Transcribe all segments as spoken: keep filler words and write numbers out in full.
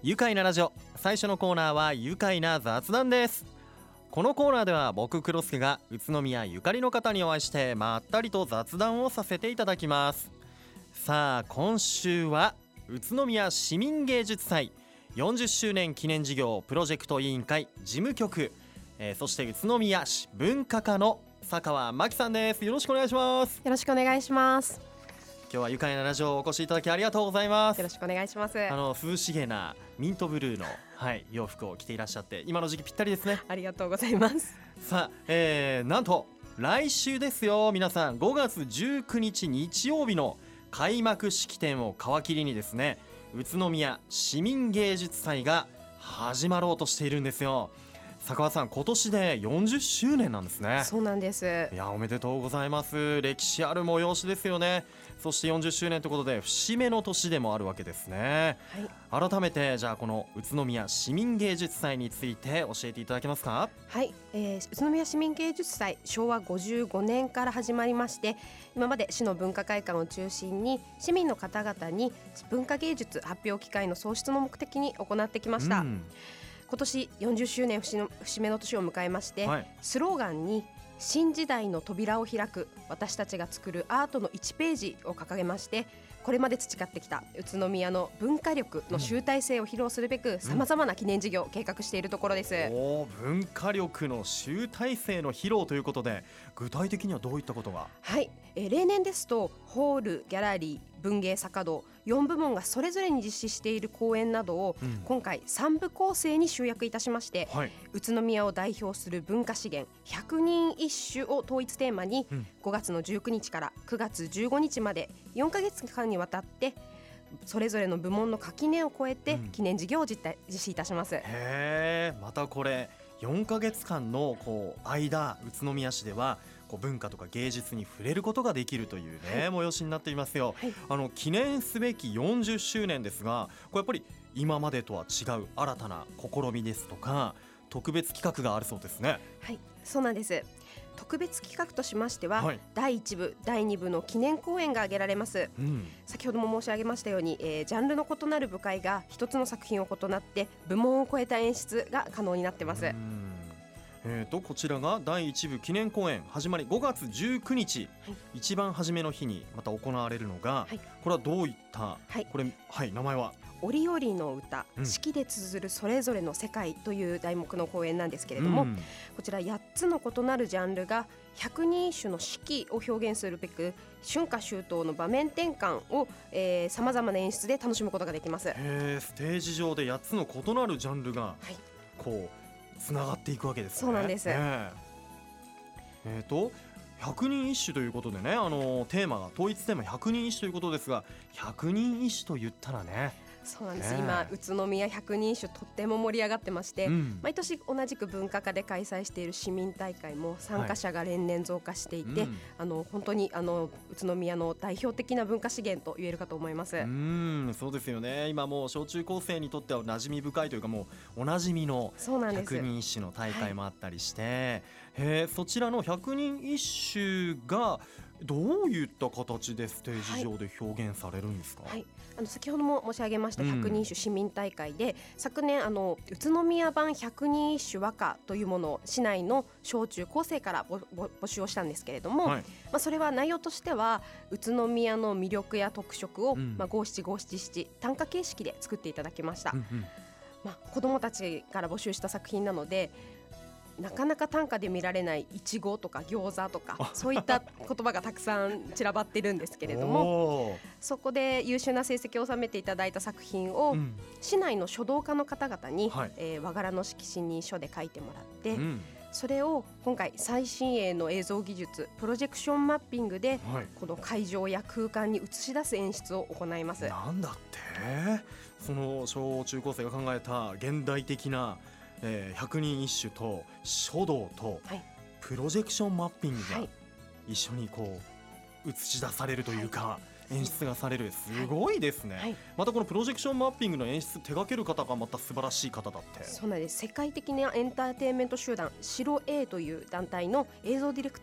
愉快なラジオ、最初のコーナーは愉快な雑談です。このコーナーでは僕黒助が宇都宮ゆかりの方にお会いしてまったりと雑談をさせていただきます。さあ今週は宇都宮市民芸術祭よんじゅっしゅうねん記念事業プロジェクト委員会事務局、えー、そして宇都宮市文化課の佐川真希さんです。よろしくお願いします。 よろしくお願いします。 今日は愉快なラジオをお越しいただきありがとうございます。 よろしくお願いします。 あの涼しげなミントブルーの、はい、洋服を着ていらっしゃって今の時期ぴったりですね。 ありがとうございます。 さあ、えー、なんと来週ですよ。皆さんごがつじゅうくにち日曜日の開幕式典を皮切りにですね、宇都宮市民芸術祭が始まろうとしているんですよ。佐川さん、今年でよんじゅっしゅうねんなんですね。 そうなんです。 いやおめでとうございます。歴史ある催しですよね。そしてよんじゅっしゅうねんということで節目の年でもあるわけですね、はい、改めてじゃあこの宇都宮市民芸術祭について教えていただけますか。 はい、えー、宇都宮市民芸術祭しょうわごじゅうごねんから始まりまして、今まで市の文化会館を中心に市民の方々に文化芸術発表機会の創出の目的に行ってきました、うん、今年よんじゅっしゅうねん節の節目の年を迎えまして、はい、スローガンに新時代の扉を開く私たちが作るアートのいちページを掲げまして、これまで培ってきた宇都宮の文化力の集大成を披露するべくさまざまな記念事業を計画しているところです、うん、 お文化力の集大成の披露ということで、具体的にはどういったことが。 はい、えー、例年ですとホール、ギャラリー、文芸茶道よんぶもんがそれぞれに実施している公演などを、うん、今回さんぶ構成に集約いたしまして、はい、宇都宮を代表する文化資源ひゃくにん一首を統一テーマに、うん、ごがつのじゅうくにちからくがつじゅうごにちまでよんかげつかんにわたってそれぞれの部門の垣根を越えて記念事業を実施、実施いたします、うん、 へー、またこれよんかげつかんのこう間、宇都宮市ではこう文化とか芸術に触れることができるというね、はい、催しになっていますよ、はい、あの記念すべきよんじゅっしゅうねんですが、これやっぱり今までとは違う新たな試みですとか特別企画があるそうですね。 はい、そうなんです。特別企画としましては、はい、だいいちぶだいにぶの記念公演が挙げられます、うん、先ほども申し上げましたように、えー、ジャンルの異なる部会が一つの作品を異なって部門を超えた演出が可能になってます。うん、 えー、とこちらがだいいちぶ記念公演始まりごがつじゅうくにち、はい、一番初めの日にまた行われるのが、はい、これはどういった、はい、これ、はい、名前は折々の歌、うん、四季で綴るそれぞれの世界という題目の公演なんですけれども、うん、こちらやっつの異なるジャンルがひゃくにん一首の四季を表現するべく春夏秋冬の場面転換をさまざまな演出で楽しむことができます。 へー、ステージ上でやっつの異なるジャンルが、はい、こうつながっていくわけですね。 そうなんです、 ね、えーとひゃくにん一首ということでね、あのテーマが統一テーマひゃくにん一首ということですが、ひゃくにん一首と言ったらね、 そうなんです、今宇都宮ひゃくにん一首とっても盛り上がってまして、うん、毎年同じく文化課で開催している市民大会も参加者が連年増加していて、はい、うん、あの本当にあの宇都宮の代表的な文化資源と言えるかと思います。 うーん、そうですよね。今もう小中高生にとっては馴染み深いというか、もうおなじみのひゃくにん一首の大会もあったりして、はい、へそちらのひゃくにん一首がどういった形でステージ上で表現されるんですか。はいはい、 あの先ほども申し上げましたひゃくにん一首市民大会で、うん、昨年あの宇都宮版ひゃくにん一首和歌というものを市内の小中高生から募集をしたんですけれども、はい、まあ、それは内容としては宇都宮の魅力や特色を、うん、まあ、五七五七七短歌形式で作っていただきました。うんうん、まあ、子どもたちから募集した作品なのでなかなか短歌で見られないいちごとか餃子とかそういった言葉がたくさん散らばってるんですけれどもそこで優秀な成績を収めていただいた作品を、うん、市内の書道家の方々に、はい、えー、和柄の色紙に書で書いてもらって、うん、それを今回最新鋭の映像技術プロジェクションマッピングで、はい、この会場や空間に映し出す演出を行います。 なんだってその小中高生が考えた現代的なえー、ひゃくにん一首と書道とプロジェクションマッピングが一緒にこう映し出されるというか、はい、演出がされる、すごいですね、はい、またこのプロジェクションマッピングの演出手掛ける方がまた素晴らしい方だって。 そうなんです。世界的なエンターテインメント集団シロ A という団体の映像ディレクター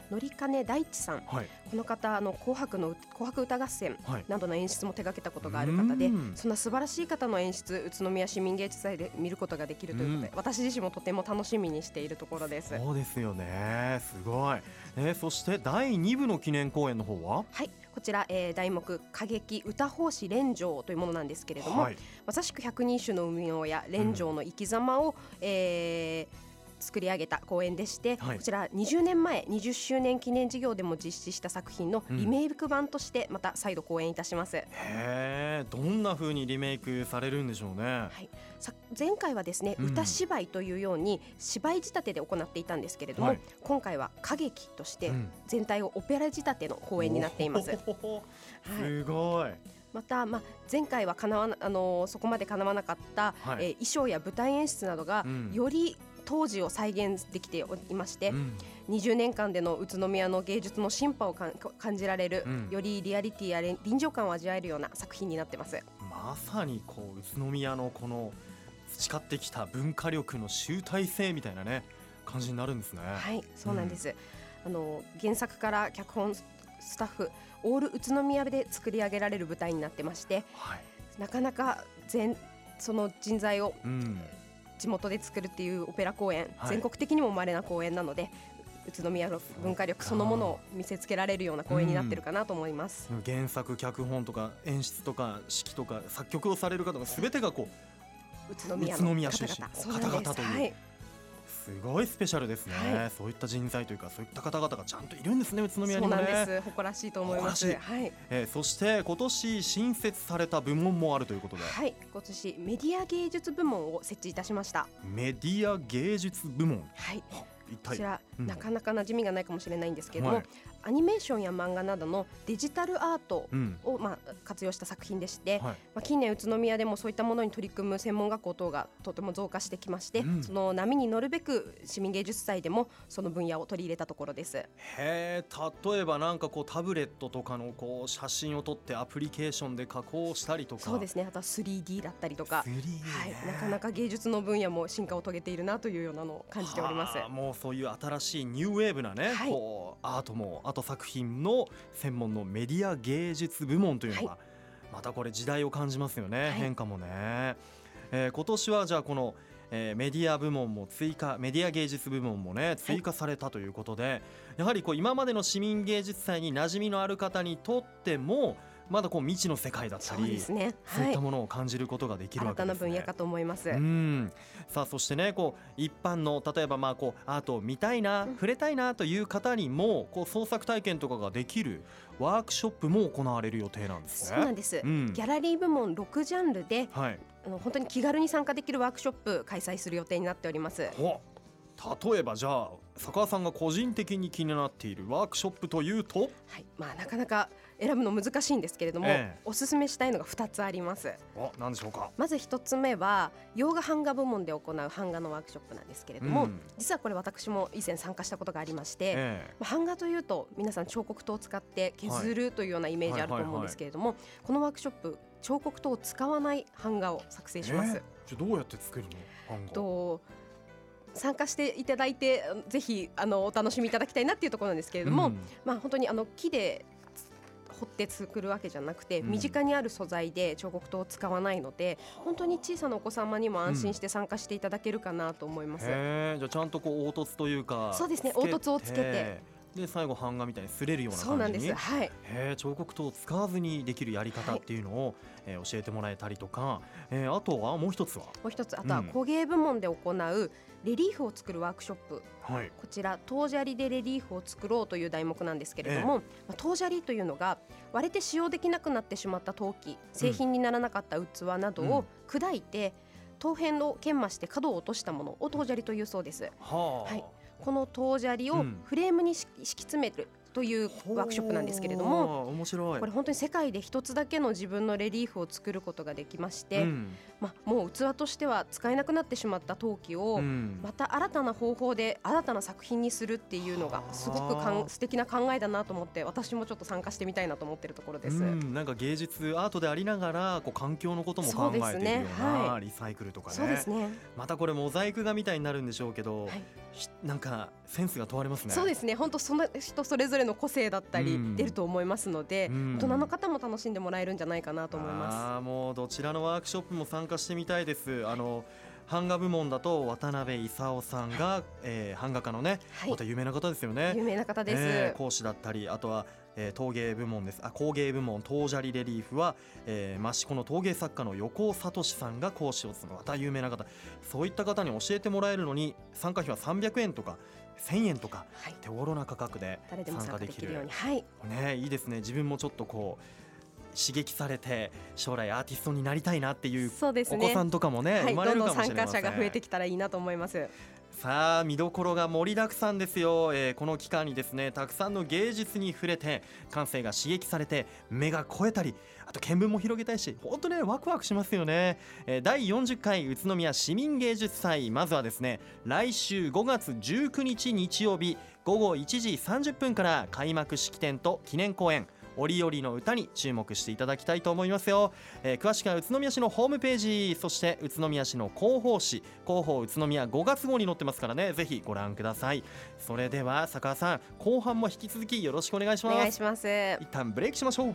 のりかね大地さん、 はい、 この方あの紅白の紅白歌合戦などの演出も手掛けたことがある方で、 はい、 そんな素晴らしい方の演出宇都宮市民芸術祭で見ることができるということで、私自身もとても楽しみにしているところです。 そうですよね、すごい、ね、そしてだいにぶの記念公演の方は、 はい、こちら、えー、題目歌劇歌法師連城というものなんですけれども、はい、まさしく百人一首の生みの親連城の生き様を、うん、えー作り上げた公演でして、はい、こちらにじゅうねんまえにじゅっしゅうねん記念事業でも実施した作品のリメイク版としてまた再度公演いたします、うん、 へー、どんな風にリメイクされるんでしょうね。はい、 前回はですね、うん、歌芝居というように芝居仕立てで行っていたんですけれども、はい、今回は歌劇として全体をオペラ仕立ての公演になっています、うん、 すごい。 また、まあ、前回はかなわな、あのー、そこまでかなわなかった、はい、えー、衣装や舞台演出などがより当時を再現できていまして、うん、にじゅうねんかんでの宇都宮の芸術の進歩をか感じられる、うん、よりリアリティや臨場感を味わえるような作品になってます。 まさにこう宇都宮のこの培ってきた文化力の集大成みたいなね感じになるんですね。 はい、そうなんです、うん、あの原作から脚本スタッフオール宇都宮で作り上げられる舞台になってまして、はい、なかなか全その人材を、うん、地元で作るっていうオペラ公演、はい、全国的にも稀な公演なので宇都宮の文化力そのものを見せつけられるような公演になってるかなと思います、うん、 原作脚本とか演出とか指揮とか作曲をされる方が全てがこう宇都宮の方々 方々という、はい、すごいスペシャルですね、はい、そういった人材というかそういった方々がちゃんといるんですね宇都宮にもね。 そうなんです、誇らしいと思います、はい、 えー、そして今年新設された部門もあるということで、 はい、今年メディア芸術部門を設置いたしました。 メディア芸術部門、 はい、こちら、うん、なかなか馴染みがないかもしれないんですけれども、はい、アニメーションや漫画などのデジタルアートを、まあ、活用した作品でして、はい、まあ、近年宇都宮でもそういったものに取り組む専門学校等がとても増加してきまして、うん、その波に乗るべく市民芸術祭でもその分野を取り入れたところです。 へー、例えばなんかこうタブレットとかのこう写真を撮ってアプリケーションで加工したりとか。 そうですね、あとは スリーディー だったりとか、 スリーディー ね、 はい、なかなか芸術の分野も進化を遂げているなというようなのを感じております。 もうそういう新しいニューウェーブなね、はい、こうアートもあと作品の専門のメディア芸術部門というのが、はい、またこれ時代を感じますよね、はい、変化もね、えー、今年はじゃあこの、えー、メディア部門も追加メディア芸術部門もね追加されたということで、はい、やはりこう今までの市民芸術祭に馴染みのある方にとってもまだこう未知の世界だったり そうですね、はい、そういったものを感じることができるわけですね。 新たな分野かと思います。 うん、さあそしてねこう一般の例えばまあこうアートを見たいな、うん、触れたいなという方にもこう創作体験とかができるワークショップも行われる予定なんですね。 そうなんです、うん、ギャラリー部門ろくジャンルで、はい、あの本当に気軽に参加できるワークショップ開催する予定になっております。 例えばじゃあ坂川さんが個人的に気になっているワークショップというと、はい、 まあ、なかなか選ぶの難しいんですけれども、ええ、おすすめしたいのがふたつあります。 お、何でしょうか。 まずひとつめは洋画版画部門で行う版画のワークショップなんですけれども、うん、実はこれ私も以前参加したことがありまして、え、まあ、版画というと皆さん彫刻刀を使って削るというようなイメージあると思うんですけれども、このワークショップ彫刻刀を使わない版画を作成します。 じゃあどうやって作るの版画と参加していただいてぜひあのお楽しみいただきたいなっていうところなんですけれども、うん、まあ、本当にあの木で彫って作るわけじゃなくて、うん、身近にある素材で彫刻刀を使わないので本当に小さなお子様にも安心して参加していただけるかなと思います、うん、 へー、じゃあちゃんとこう凹凸というか。 そうですね、凹凸をつけてで最後版画みたいに擦れるような感じに。 そうなんです、はい、 へー、彫刻刀を使わずにできるやり方っていうのを、はい、えー、教えてもらえたりとか、えー、あとはもう一つはもう一つあとは工芸部門で行うレリーフを作るワークショップ、はい、こちら陶砂利でレリーフを作ろうという題目なんですけれども、ええ、まあ、陶砂利というのが割れて使用できなくなってしまった陶器、製品にならなかった器などを砕いて、うん、陶片を研磨して角を落としたものを陶砂利というそうです、はあ、はい、この陶砂利をフレームに敷き詰めるというワークショップなんですけれども、 面白い。 これ本当に世界で一つだけの自分のレリーフを作ることができまして、うん、まあ、もう器としては使えなくなってしまった陶器をまた新たな方法で新たな作品にするっていうのがすごくかん素敵な考えだなと思って、私もちょっと参加してみたいなと思っているところです。 うん、なんか芸術アートでありながらこう環境のことも考えているような、ね、はい、リサイクルとかね。 そうですね。 またこれモザイク画みたいになるんでしょうけど、はい、なんかセンスが問われますね。 そうですね。本当その人それぞれの個性だったり出ると思いますので、うん、大人の方も楽しんでもらえるんじゃないかなと思います。 あ、もうどちらのワークショップも参加してみたいです。あの版画部門だと渡辺勲さんが、はい、えー、版画家のね、はい、また有名な方ですよね。 有名な方です、 えー、講師だったり、あとは、えー、陶芸部門です。あ、工芸部門陶砂利レリーフは、えー、益子の陶芸作家の横尾聡さんが講師を務め、また有名な方、そういった方に教えてもらえるのに参加費はさんびゃくえんとかせんえんとか、はい、手頃な価格で参加できる。誰でも参加できるように、はい、ね、いいですね。自分もちょっとこう刺激されて将来アーティストになりたいなっていうお子さんとかもね、はい、生まれるかもしれません。どんどん参加者が増えてきたらいいなと思います。 さあ、見どころが盛りだくさんですよ、えー、この期間にですね、たくさんの芸術に触れて感性が刺激されて目が肥えたり、あと見聞も広げたいし、本当ねワクワクしますよね、えー、だいよんじゅっかい宇都宮市民芸術祭、まずはですね来週ごがつじゅうくにち日曜日ごごいちじさんじゅっぷんから開幕式典と記念公演折々の歌に注目していただきたいと思いますよ、えー、詳しくは宇都宮市のホームページ、そして宇都宮市の広報誌広報宇都宮ごがつ号に載ってますからね、ぜひご覧ください。それでは坂川さん、後半も引き続きよろしくお願いします。 お願いします。 一旦ブレイクしましょう。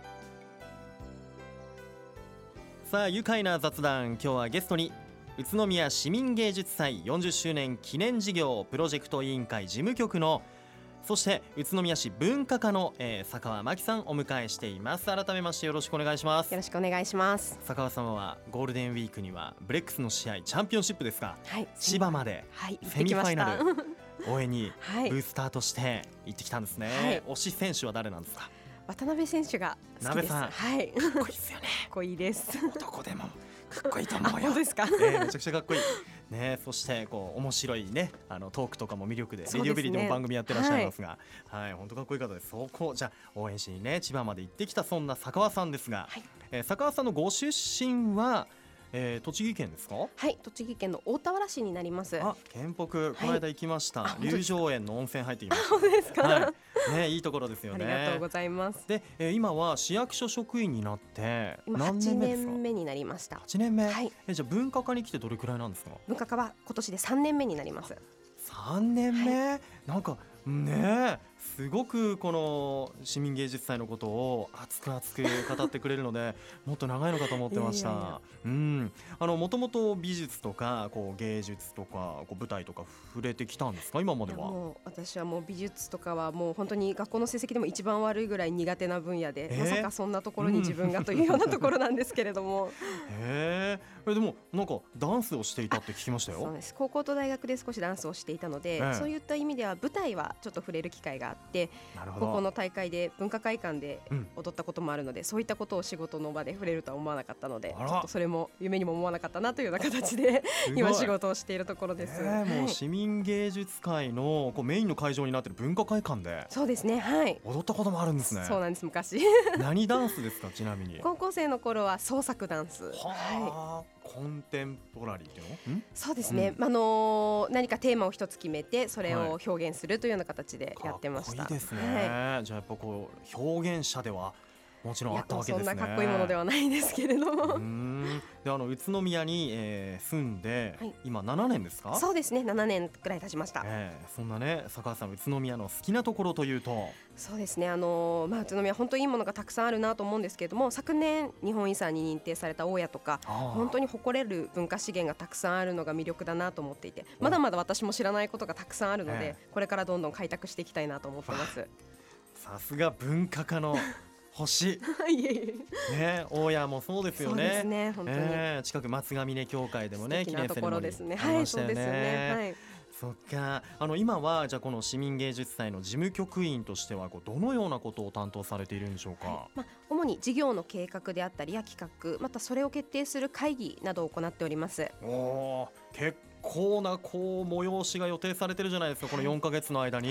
さあ、愉快な雑談、今日はゲストに宇都宮市民芸術祭よんじゅっしゅうねん記念事業プロジェクト委員会事務局の、そして宇都宮市文化課の、えー、坂川真紀さんお迎えしています。改めましてよろしくお願いします。 よろしくお願いします。 坂川様はゴールデンウィークにはブレックスの試合チャンピオンシップですが、はい、千葉までセミファイナル応援にブースターとして行ってきたんですね、はい、推し選手は誰なんですか？ 渡辺選手が好きです。 さん、 はい、 かっこいいですよね。 かっこいいです。 男でもかっこいいと思うよ。 本当ですか？ えー、めちゃくちゃかっこいいね。そしてこう面白いね、あのトークとかも魅力で、レディオビリーでも番組やってらっしゃいますが、はい、はい、本当かっこいい方です。そこじゃあ応援しにね千葉まで行ってきたそんな坂川さんですが、はい、えー、坂川さんのご出身はえー、栃木県ですか？ はい、栃木県の大田原市になります。 あ、県北、この間行きました、はい、龍城園の温泉入ってきました。 本当ですか？ はい、ね、いいところですよね。 ありがとうございます。 で、えー、今は市役所職員になって今何年目ですか？ はちねんめになりました。 はちねんめ、 はい、 えー、じゃあ文化課に来てどれくらいなんですか？ 文化課は今年でさんねんめになります。 さんねんめ、はい、なんかねすごくこの市民芸術祭のことを熱く熱く語ってくれるのでもっと長いのかと思ってました。いやいやいや、うん、あのもともと美術とかこう芸術とかこう舞台とか触れてきたんですか？今までは。 もう私はもう美術とかはもう本当に学校の成績でも一番悪いぐらい苦手な分野で、えー、まさかそんなところに自分がというようなところなんですけれどもへー、えでもなんかダンスをしていたって聞きましたよ。 そうです。高校と大学で少しダンスをしていたので、えー、そういった意味では舞台はちょっと触れる機会があって、高校の大会で文化会館で踊ったこともあるので、うん、そういったことを仕事の場で触れるとは思わなかったので、ちょっとそれも夢にも思わなかったなというような形で今仕事をしているところです。 えー、もう市民芸術会のこうメインの会場になっている文化会館で、 そうですね、はい、 踊ったこともあるんですね。 そうなんです。昔何ダンスですか？ちなみに高校生の頃は創作ダンス。は、 はい、コンテンポラリーっていうの？ そうですね、うん、あのー、何かテーマを一つ決めてそれを表現するというような形でやってました。 かっこいいですね、はい、じゃあやっぱこう表現者ではもちろんあったわけですね。 そんなかっこいいものではないですけれども、うーん、であの宇都宮に、えー、住んで、はい、今ななねんですか？ そうですね、ななねんくらい経ちました。 えー、そんなね坂川さん、宇都宮の好きなところというと？ そうですね、あのーまあ、宇都宮本当にいいものがたくさんあるなと思うんですけれども、昨年日本遺産に認定された大谷とか本当に誇れる文化資源がたくさんあるのが魅力だなと思っていて、まだまだ私も知らないことがたくさんあるので、えー、これからどんどん開拓していきたいなと思ってます。 さすが文化課の星いえいえ、ね、大谷もそうですよね。 そうですね、本当に、 えー、近く松ヶ峰教会でもね記念セレモニーですね。 はい、そうですよね、はい、 そっか。あの今はじゃあこの市民芸術祭の事務局員としてはこうどのようなことを担当されているんでしょうか？はい、まあ、 主に事業の計画であったりや企画、またそれを決定する会議などを行っております。 おー、結構なこう催しが予定されてるじゃないですか、このよんかげつの間に、はい、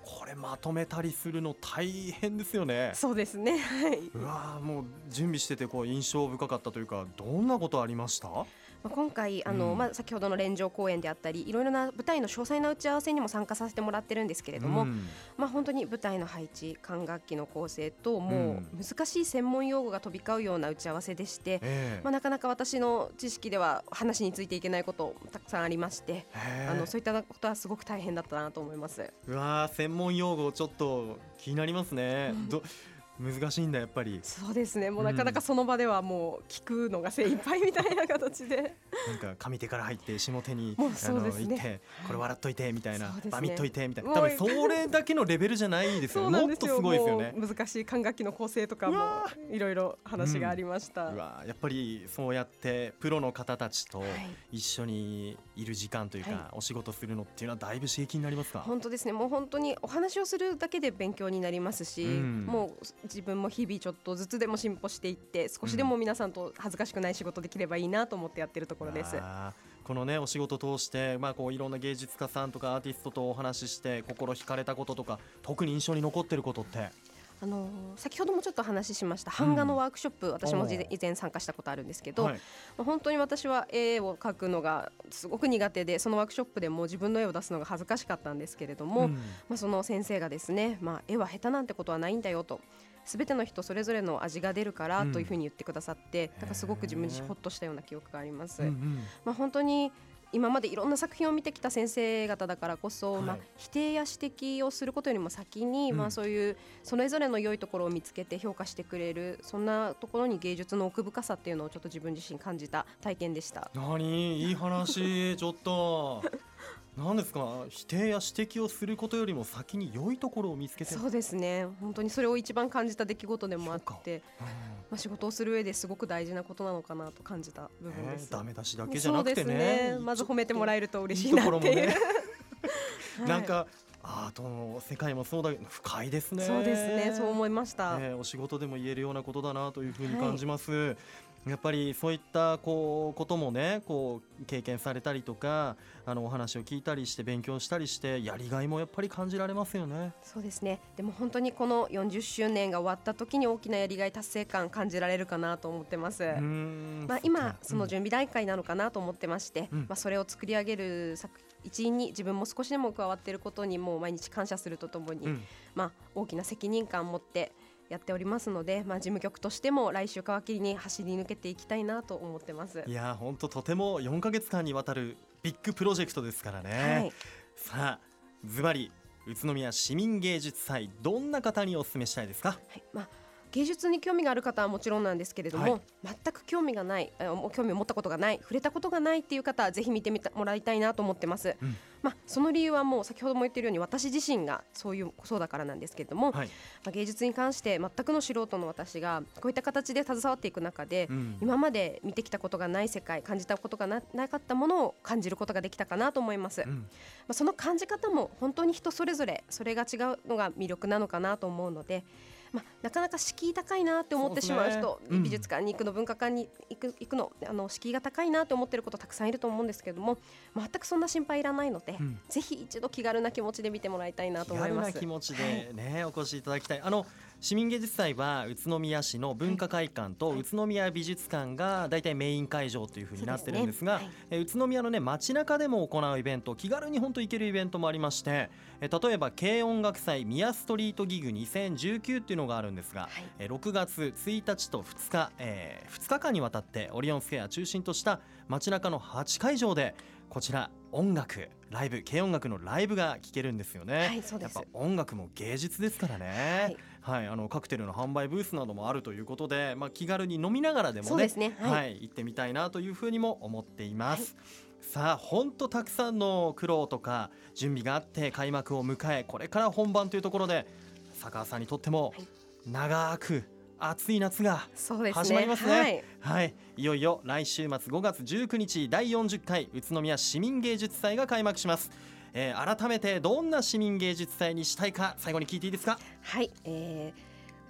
これまとめたりするの大変ですよね。 そうですね、はい。 うわもう準備しててこう印象深かったというか、どんなことありました？ まあ、今回あの、 うんまあ、先ほどの連城公演であったり、いろいろな舞台の詳細な打ち合わせにも参加させてもらってるんですけれども、 うんまあ、本当に舞台の配置、管楽器の構成と、もう難しい専門用語が飛び交うような打ち合わせでして、 ええまあ、なかなか私の知識では話についていけないことたくさんありまして、 へえあのそういったことはすごく大変だったなと思います。 うわー専門用語ちょっと気になりますね。ど難しいんだやっぱり。 そうですね、もうなかなかその場ではもう聞くのが精一杯みたいな形でなんか上手から入って下手にもうそうですねあの行ってこれ笑っといてみたいな、 そうですねバミっといてみたいな、 もう多分それだけのレベルじゃないですよそうね。 なんですよ。 もっとすごいですよね。 もう難しい管楽器の構成とかもうわいろいろ話がありました。 うわやっぱりそうやってプロの方たちとはい一緒にいる時間というか、 はいお仕事するのっていうのはだいぶ刺激になりますか？ 本当ですね、もう本当にお話をするだけで勉強になりますし、 うんもう自分も日々ちょっとずつでも進歩していって、少しでも皆さんと恥ずかしくない仕事できればいいなと思ってやってるところです。 あーこのねお仕事通して、まあ、こういろんな芸術家さんとかアーティストとお話しして心惹かれたこととか、特に印象に残ってることって？ あのー先ほどもちょっと話しました版画のワークショップ、私もじ以前参加したことあるんですけど、 はいまあ本当に私は絵を描くのがすごく苦手で、そのワークショップでも自分の絵を出すのが恥ずかしかったんですけれども、 うんまあ、その先生がですね、まあ、絵は下手なんてことはないんだよと、全ての人それぞれの味が出るからというふうに言ってくださって、だからすごく自分自身ほっとしたような記憶があります。 うんうんまあ、本当に今までいろんな作品を見てきた先生方だからこそ、 はいまあ、否定や指摘をすることよりも先に、 うんまあ、そういうそれぞれの良いところを見つけて評価してくれる、そんなところに芸術の奥深さっていうのをちょっと自分自身感じた体験でした。 何いい話ちょっと何ですか？否定や指摘をすることよりも先に良いところを見つけて、 そうですね、本当にそれを一番感じた出来事でもあっそうかて、 うんまあ、仕事をする上ですごく大事なことなのかなと感じた部分です。 ねダメ出しだけじゃなくてね、 そうですね、まず褒めてもらえると嬉しいないいところもっていうねはいなんかアートの世界もそうだけど深いですね。 そうですね、そう思いました。 ねお仕事でも言えるようなことだなというふうに感じます、やっぱりそういったこうこともねこう経験されたりとか、あのお話を聞いたりして勉強したりしてやりがいもやっぱり感じられますよね。 そうですね、でも本当にこのよんじゅっしゅうねんが終わった時に大きなやりがい達成感感じられるかなと思ってます。 うーんまあ、 そっか今その準備段階なのかなと思ってまして、 うんまあ、それを作り上げる作一員に自分も少しでも加わっていることにもう毎日感謝するとともに、 うんまあ、大きな責任感を持ってやっておりますので、まあ、事務局としても来週皮切りに走り抜けていきたいなと思ってます。 いや本当とてもよんかげつかんにわたるビッグプロジェクトですからね、 はい、 さあズバリ宇都宮市民芸術祭、どんな方にお勧めしたいですか？ はいまあ、芸術に興味がある方はもちろんなんですけれども、 はい全く興味がない、あもう興味を持ったことがない、触れたことがないっていう方はぜひ見てみたもらいたいなと思ってます、 うんまあ、その理由はもう先ほども言っているように私自身がそういうそうだからなんですけれども、 はいまあ、芸術に関して全くの素人の私がこういった形で携わっていく中で、 うん今まで見てきたことがない世界、感じたことが な, なかったものを感じることができたかなと思います、 うんまあ、その感じ方も本当に人それぞれそれが違うのが魅力なのかなと思うので、まあ、なかなか敷居高いなって思ってしまう人、 そうですねうん美術館に行くの文化館に行く行くのあの敷居が高いなと思っていることたくさんいると思うんですけれども、全くそんな心配いらないので、 うんぜひ一度気軽な気持ちで見てもらいたいなと気思います。 軽な気持ちで、ねお越しいただきたい。あの市民芸術祭は宇都宮市の文化会館と宇都宮美術館がだいたいメイン会場というふうになってるんですが、 そうですねえ宇都宮の、ね、街中でも行うイベント、気軽に本当行けるイベントもありまして、え例えば軽音楽祭宮ストリートギグにせんじゅうきゅうっていうのがあるんですが、 はいえろくがつついたちとふつか、えーふつかかんにわたってオリオンスクエア中心とした街中のはちかいじょうでこちら音楽ライブ軽音楽のライブが聴けるんですよね、 はいそうですやっぱ音楽も芸術ですからね、はいはい、あのカクテルの販売ブースなどもあるということで、まあ、気軽に飲みながらでもね、 そうですねはいはい、行ってみたいなというふうにも思っています、さあ本当たくさんの苦労とか準備があって開幕を迎え、これから本番というところで坂川さんにとっても長く暑い夏がそうですね始まりますね。 はいはい、いよいよ来週末ごがつじゅうくにちだいよんじゅっかい宇都宮市民芸術祭が開幕します、えー改めてどんな市民芸術祭にしたいか最後に聞いていいですか？ はい、えー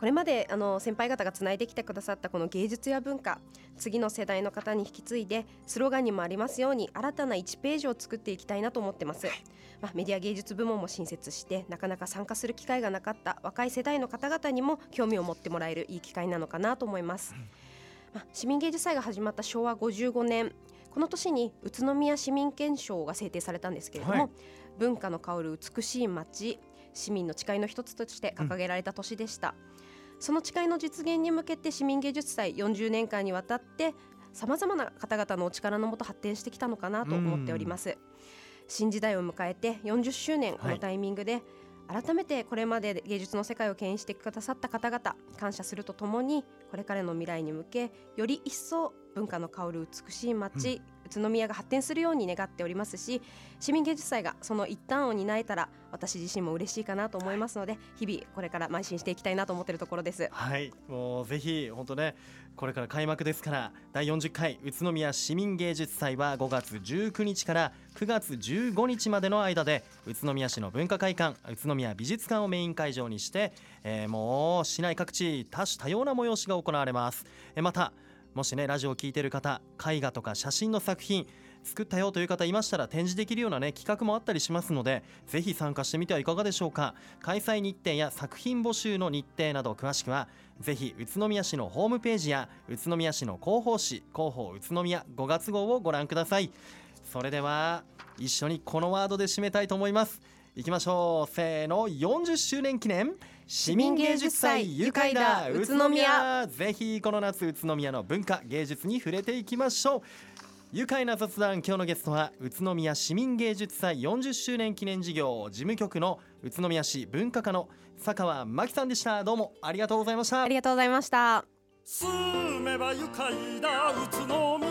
これまであの先輩方がつないできてくださったこの芸術や文化、次の世代の方に引き継いで、スローガンにもありますように新たないちページを作っていきたいなと思ってます。まあ、メディア芸術部門も新設して、なかなか参加する機会がなかった若い世代の方々にも興味を持ってもらえるいい機会なのかなと思います。まあ、市民芸術祭が始まったしょうわごじゅうごねん、この年に宇都宮市民憲章が制定されたんですけれども、はい、文化の香る美しい街、市民の誓いの一つとして掲げられた年でした。うん、その誓いの実現に向けて市民芸術祭よんじゅうねんかんにわたってさまざまな方々のお力のもと発展してきたのかなと思っております。新時代を迎えてよんじゅっしゅうねん、このタイミングで改めてこれまで芸術の世界を牽引してくださった方々感謝するとともに、これからの未来に向けより一層文化の香る美しい街、うん、宇都宮が発展するように願っておりますし、市民芸術祭がその一端を担えたら私自身も嬉しいかなと思いますので、日々これから邁進していきたいなと思っているところです。 はい、もうぜひ本当ね、これから開幕ですから、だいよんじゅっかい宇都宮市民芸術祭はごがつじゅうくにちからくがつじゅうごにちまでの間で、宇都宮市の文化会館、宇都宮美術館をメイン会場にして、えー、もう市内各地多種多様な催しが行われます。えー、またもしねラジオを聞いている方、絵画とか写真の作品作ったよという方いましたら、展示できるようなね企画もあったりしますので、ぜひ参加してみてはいかがでしょうか。開催日程や作品募集の日程など詳しくはぜひ宇都宮市のホームページや宇都宮市の広報誌広報宇都宮ごがつごうをご覧ください。それでは一緒にこのワードで締めたいと思います。いきましょう、せーの。よんじゅっしゅうねん記念市民芸術祭愉快だ宇都宮。ぜひこの夏宇都宮の文化芸術に触れていきましょう。愉快な雑談、今日のゲストは宇都宮市民芸術祭よんじゅっしゅうねん記念事業事務局の宇都宮市文化課の坂和真紀さんでした。どうもありがとうございました。 ありがとうございました。 住めば愉快だ宇都宮。